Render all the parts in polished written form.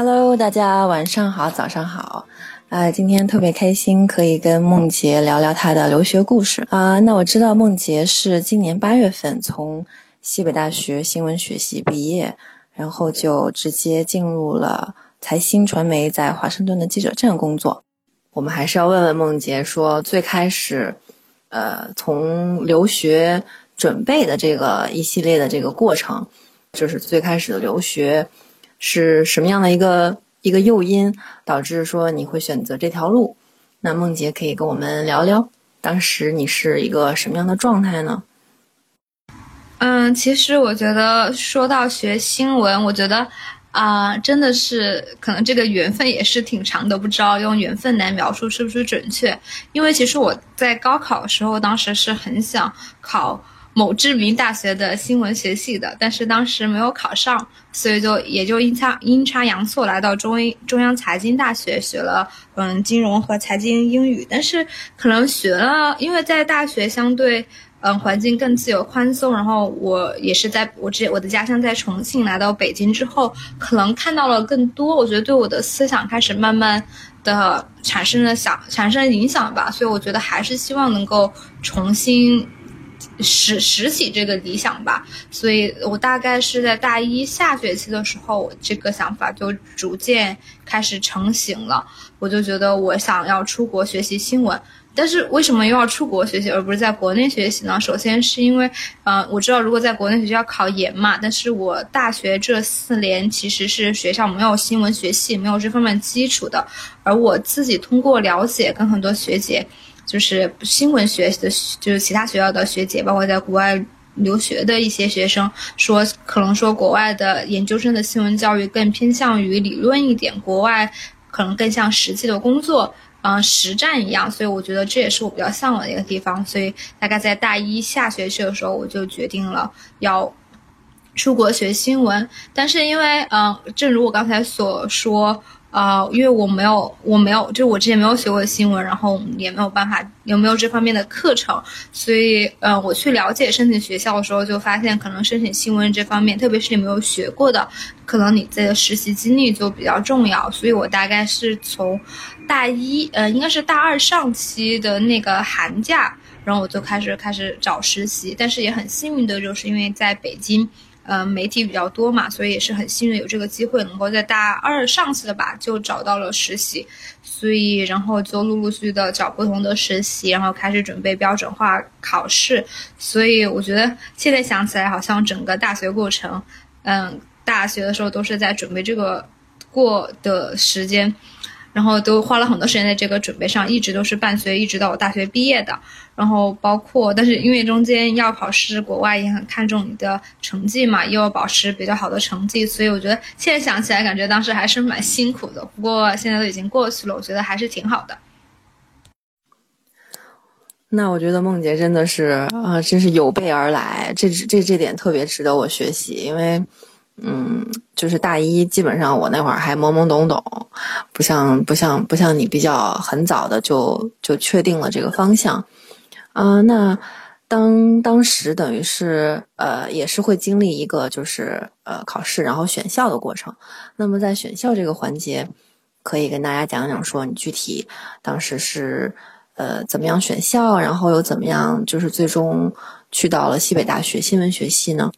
Hello， 大家晚上好，早上好。今天特别开心，可以跟梦洁聊聊她的留学故事那我知道梦洁是今年8月份从西北大学新闻学系毕业，然后就直接进入了财新传媒在华盛顿的记者站工作。我们还是要问问梦洁说，最开始从留学准备的这个一系列的这个过程，就是最开始的留学是什么样的一个诱因导致说你会选择这条路。那梦洁可以跟我们聊聊当时你是一个什么样的状态呢？ 其实我觉得说到学新闻，我觉得真的是可能这个缘分也是挺长的，不知道用缘分来描述是不是准确。因为其实我在高考的时候，当时是很想考某知名大学的新闻学系的，但是当时没有考上，所以也就阴差阳错来到中央财经大学学了金融和财经英语。但是可能学了，因为在大学相对环境更自由宽松，然后我也是在我的家乡在重庆，来到北京之后，可能看到了更多，我觉得对我的思想开始慢慢的产生影响吧。所以我觉得还是希望能够重新拾起这个理想吧。所以我大概是在大一下学期的时候，我这个想法就逐渐开始成型了。我就觉得我想要出国学习新闻。但是为什么又要出国学习而不是在国内学习呢？首先是因为我知道如果在国内学习要考研嘛，但是我大学这4年其实是学校没有新闻学系，没有这方面基础的。而我自己通过了解跟很多学姐，就是新闻学的，就是其他学校的学姐，包括在国外留学的一些学生说，可能说国外的研究生的新闻教育更偏向于理论一点，国外可能更像实际的工作实战一样。所以我觉得这也是我比较向往的一个地方。所以大概在大一下学期的时候，我就决定了要出国学新闻。但是因为正如我刚才所说因为我没有就我之前没有学过新闻，然后也没有办法有没有这方面的课程，所以我去了解申请学校的时候，就发现可能申请新闻这方面，特别是你没有学过的，可能你的实习经历就比较重要。所以我大概是从大一应该是大二上期的那个寒假，然后我就开始找实习。但是也很幸运的就是因为在北京媒体比较多嘛，所以也是很幸运有这个机会能够在大二上期的吧就找到了实习。所以然后就陆续的找不同的实习，然后开始准备标准化考试。所以我觉得现在想起来，好像整个大学过程大学的时候都是在准备这个过的时间，然后都花了很多时间在这个准备上，一直都是伴随一直到我大学毕业的。然后包括但是因为中间要考试，国外也很看重你的成绩嘛，又要保持比较好的成绩，所以我觉得现在想起来感觉当时还是蛮辛苦的。不过现在都已经过去了，我觉得还是挺好的。 那我觉得梦洁真的是真是有备而来，这点特别值得我学习。因为就是大一基本上我那会儿还懵懵懂懂，不像你比较很早的就确定了这个方向那当时等于是也是会经历一个就是考试然后选校的过程。那么在选校这个环节，可以跟大家讲讲说你具体当时是怎么样选校，然后又怎么样就是最终去到了西北大学新闻学系呢？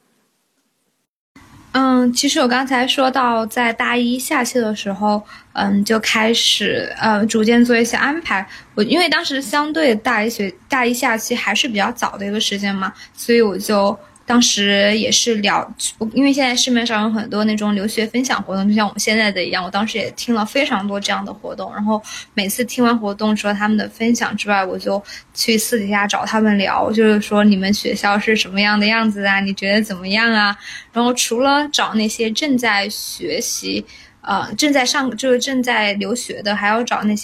其实我刚才说到在大一下期的时候就开始逐渐做一些安排。我因为当时相对大一下期还是比较早的一个时间嘛，所以我就当时也是因为现在市面上有很多那种留学分享活动，就像我们现在的一样，我当时也听了非常多这样的活动。然后每次听完活动除了他们的分享之外，我就去私底下找他们聊，就是说你们学校是什么样的样子啊，你觉得怎么样啊。然后除了找那些正在学习正在留学的，还要找那些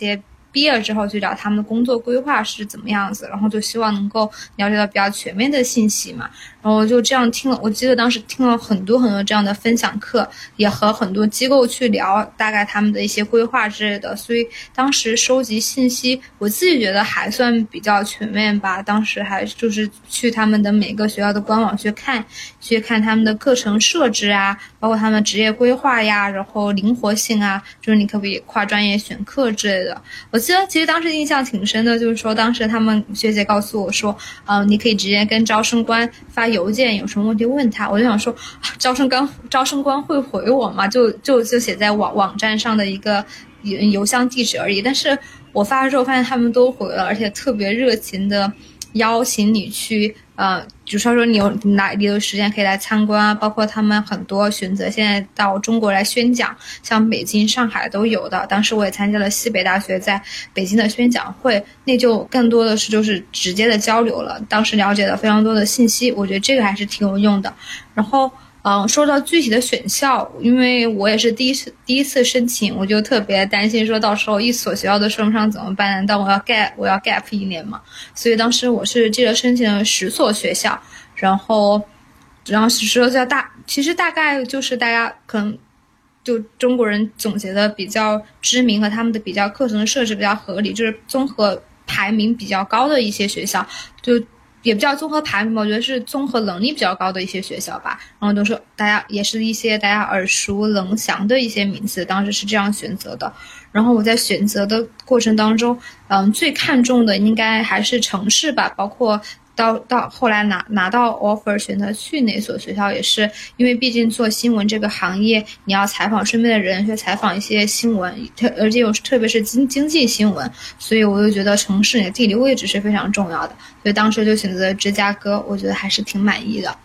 毕业之后去聊他们的工作规划是怎么样子，然后就希望能够了解到比较全面的信息嘛。然后就这样听了，我记得当时听了很多这样的分享课，也和很多机构去聊大概他们的一些规划之类的，所以当时收集信息我自己觉得还算比较全面吧。当时还就是去他们的每个学校的官网去看他们的课程设置啊，包括他们职业规划呀，然后灵活性啊，就是你可不可以跨专业选课之类的。我记得其实当时印象挺深的，就是说当时他们学姐告诉我说你可以直接跟招生官发邮件，有什么问题问他。我就想说招生官会回我吗？就写在网站上的一个邮箱地址而已，但是我发了之后发现他们都回了，而且特别热情的邀请你去比如说你有哪里的时间可以来参观啊，包括他们很多选择现在到中国来宣讲，像北京上海都有的。当时我也参加了西北大学在北京的宣讲会，那就更多的是就是直接的交流了，当时了解了非常多的信息，我觉得这个还是挺有用的。然后说到具体的选校，因为我也是第一次申请，我就特别担心说到时候一所学校都升不上怎么办？难道我要 gap 1年吗？所以当时我是记得申请了10所学校，然后10所学校其实大概就是大家可能就中国人总结的比较知名和他们的比较课程设置比较合理，就是综合排名比较高的一些学校，就也不叫综合排名吧，我觉得是综合能力比较高的一些学校吧。然后都是也是一些大家耳熟能详的一些名字，当时是这样选择的。然后我在选择的过程当中，最看重的应该还是城市吧，包括到后来拿到 offer 选择去哪所学校，也是因为毕竟做新闻这个行业，你要采访身边的人，去采访一些新闻，而且特别是经济新闻，所以我就觉得城市你的地理位置是非常重要的，所以当时就选择芝加哥，我觉得还是挺满意的。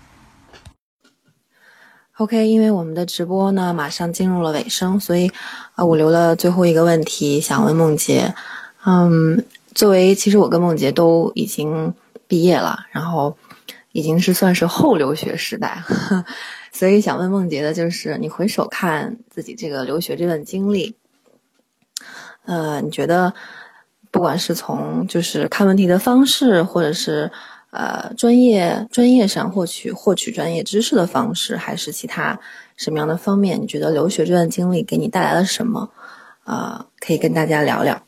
OK， 因为我们的直播呢马上进入了尾声，所以我留了最后一个问题想问梦洁。作为其实我跟梦洁都已经毕业了，然后已经算是后留学时代，所以想问梦洁的就是你回首看自己这个留学这段经历，你觉得不管是从就是看问题的方式，或者是专业上获取专业知识的方式，还是其他什么样的方面，你觉得留学这段经历给你带来了什么？可以跟大家聊聊。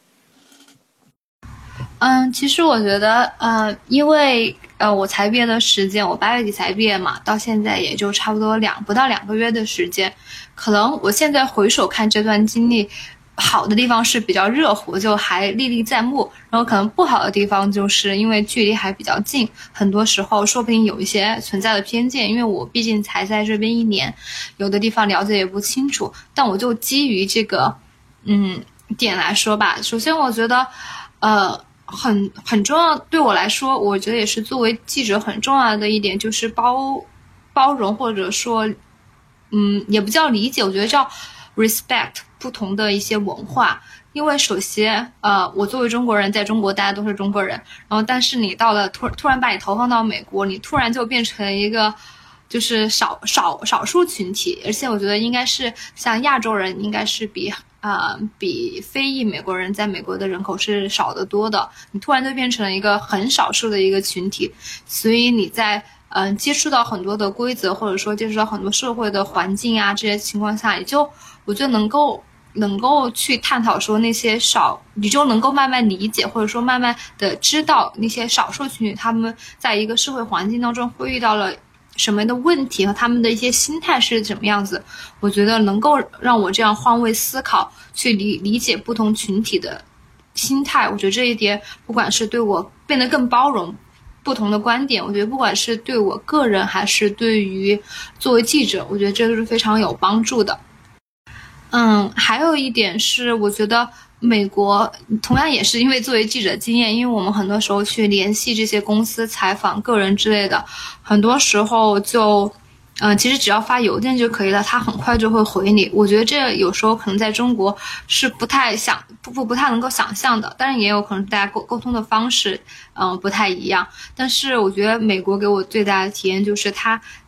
其实我觉得因为我才毕业的时间，我8月底才毕业嘛，到现在也就差不多不到2个月的时间。可能我现在回首看这段经历，好的地方是比较热乎，就还历历在目，然后可能不好的地方就是因为距离还比较近，很多时候说不定有一些存在的偏见，因为我毕竟才在这边1年，有的地方了解也不清楚。但我就基于这个点来说吧，首先我觉得很重要，对我来说，我觉得也是作为记者很重要的一点，就是包容，或者说也不叫理解，我觉得叫 respect 不同的一些文化。因为首先我作为中国人，在中国大家都是中国人，然后但是你到了突然把你投放到美国，你突然就变成一个就是少数群体，而且我觉得应该是像亚洲人应该是比非裔美国人在美国的人口是少得多的，你突然就变成了一个很少数的一个群体，所以你在接触到很多的规则，或者说接触到很多社会的环境啊，这些情况下，我觉得能够去探讨说那些你就能够慢慢理解，或者说慢慢的知道那些少数群体他们在一个社会环境当中会遇到了什么的问题和他们的一些心态是怎么样子。我觉得能够让我这样换位思考，去理解不同群体的心态，我觉得这一点不管是对我变得更包容不同的观点，我觉得不管是对我个人还是对于作为记者，我觉得这都是非常有帮助的。还有一点是我觉得美国同样也是因为作为记者经验，因为我们很多时候去联系这些公司采访个人之类的，很多时候就其实只要发邮件就可以了，他很快就会回你。我觉得这有时候可能在中国是不太能够想象的，当然也有可能大家沟通的方式不太一样。但是我觉得美国给我最大的体验就是他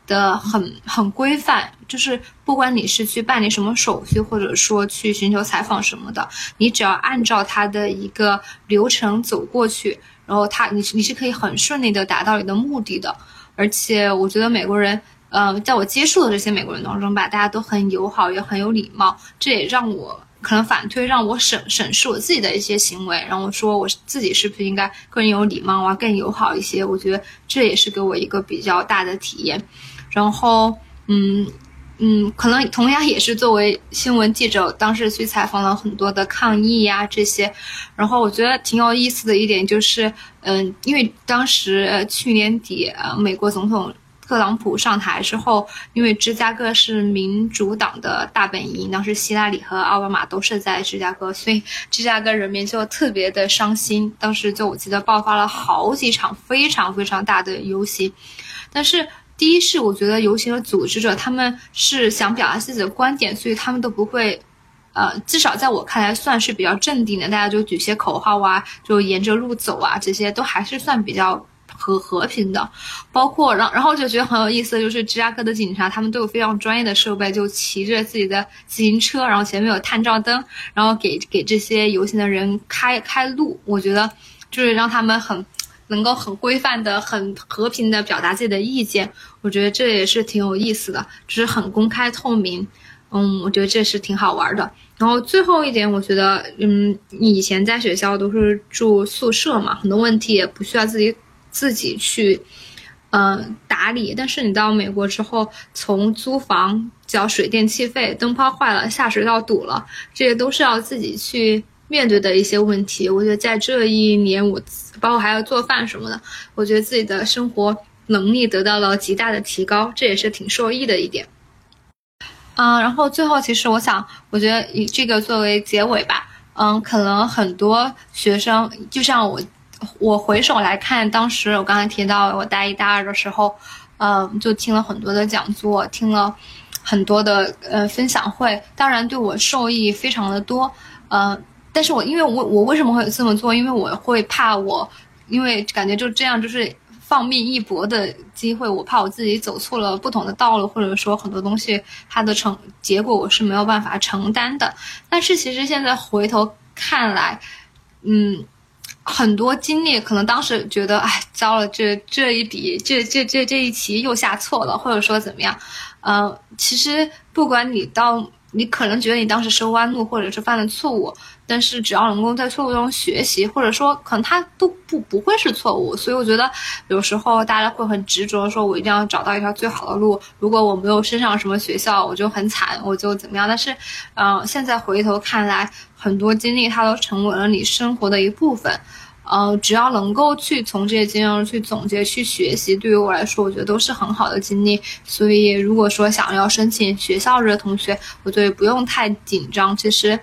的很规范，就是不管你是去办理什么手续，或者说去寻求采访什么的，你只要按照它的一个流程走过去，然后你是可以很顺利的达到你的目的的。而且我觉得美国人在我接触的这些美国人当中吧，大家都很友好，也很有礼貌，这也让我可能反推让我审视我自己的一些行为，然后说我自己是不是应该更有礼貌啊，更友好一些。我觉得这也是给我一个比较大的体验。然后可能同样也是作为新闻记者，当时去采访了很多的抗议呀这些。然后我觉得挺有意思的一点就是因为当时去年底美国总统特朗普上台之后，因为芝加哥是民主党的大本营，当时希拉里和奥巴马都是在芝加哥，所以芝加哥人民就特别的伤心。当时就我记得爆发了好几场非常非常大的游行。但是第一是我觉得游行的组织者他们是想表达自己的观点，所以他们都不会至少在我看来算是比较镇定的，大家就举些口号啊，就沿着路走啊，这些都还是算比较和平的。包括然后就觉得很有意思的就是芝加哥的警察他们都有非常专业的设备，就骑着自己的自行车，然后前面有探照灯，然后给这些游行的人开路。我觉得就是让他们能够很规范的很和平的表达自己的意见，我觉得这也是挺有意思的，就是很公开透明。我觉得这是挺好玩的。然后最后一点我觉得你以前在学校都是住宿舍嘛，很多问题也不需要自己去打理，但是你到美国之后，从租房交水电气费，灯泡坏了，下水道堵了，这些都是要自己去面对的一些问题。我觉得在这一年我包括还要做饭什么的，我觉得自己的生活能力得到了极大的提高，这也是挺受益的一点。然后最后其实我觉得以这个作为结尾吧。可能很多学生就像我回首来看，当时我刚才提到我大一大二的时候就听了很多的讲座，听了很多的分享会，当然对我受益非常的多。但是因为我为什么会这么做，因为我会怕因为感觉就这样就是放命一搏的机会，我怕我自己走错了不同的道路，或者说很多东西它的结果我是没有办法承担的。但是其实现在回头看来很多经历可能当时觉得糟了，这一笔这一棋又下错了，或者说怎么样。其实不管你可能觉得你当时是弯路或者是犯了错误，但是只要能够在错误中学习，或者说可能它都不会是错误。所以我觉得有时候大家会很执着说我一定要找到一条最好的路，如果我没有升上什么学校我就很惨，我就怎么样。但是现在回头看来，很多经历它都成为了你生活的一部分。只要能够去从这些经验去总结去学习，对于我来说我觉得都是很好的经历。所以如果说想要申请学校的同学，我觉得不用太紧张。其实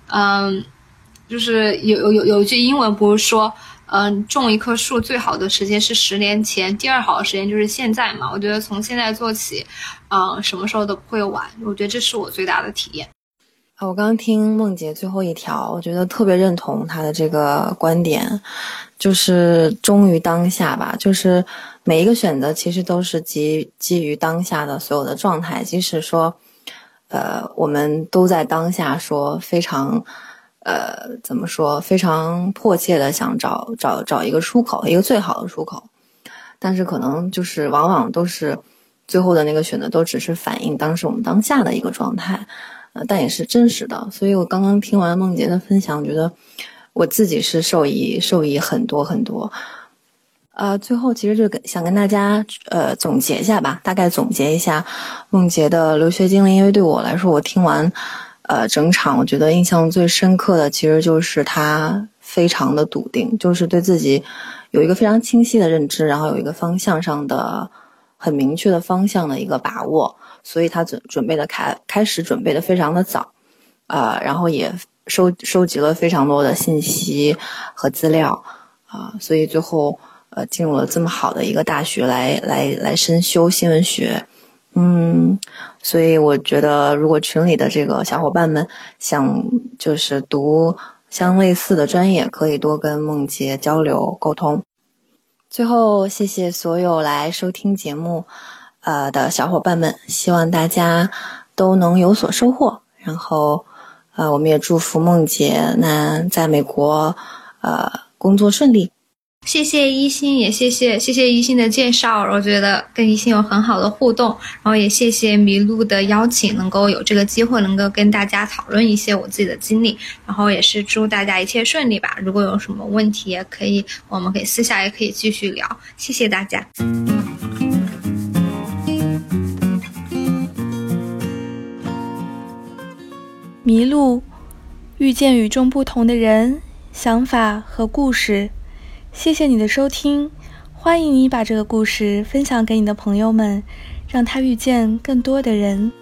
就是有一句英文不是说种一棵树最好的时间是10年前，第二好的时间就是现在嘛。我觉得从现在做起什么时候都不会晚，我觉得这是我最大的体验。 我刚听梦洁最后一条，我觉得特别认同她的这个观点，就是忠于当下吧。就是每一个选择其实都是基于当下的所有的状态，即使说我们都在当下说非常怎么说非常迫切的想找一个出口，一个最好的出口，但是可能就是往往都是最后的那个选择都只是反映当时我们当下的一个状态。但也是真实的。所以我刚刚听完梦洁的分享，觉得我自己是受益很多很多。最后其实就想跟大家总结一下吧，大概总结一下梦洁的留学经历。因为对我来说，我听完整场，我觉得印象最深刻的其实就是她非常的笃定，就是对自己有一个非常清晰的认知，然后有一个方向上的很明确的方向的一个把握。所以他开始准备的非常的早，然后也收集了非常多的信息和资料，所以最后进入了这么好的一个大学来深修新闻学。所以我觉得如果群里的这个小伙伴们想就是读相类似的专业，可以多跟梦洁交流沟通。最后谢谢所有来收听节目的小伙伴们，希望大家都能有所收获。然后我们也祝福梦洁那在美国工作顺利。 谢谢一心，也谢谢一心的介绍，我觉得跟一心有很好的互动，然后也谢谢麋鹿的邀请，能够有这个机会能够跟大家讨论一些我自己的经历，然后也是祝大家一切顺利吧。如果有什么问题也可以，我们可以私下也可以继续聊。谢谢大家。 麋鹿遇见与众不同的人、想法和故事。谢谢你的收听，欢迎你把这个故事分享给你的朋友们，让他遇见更多的人。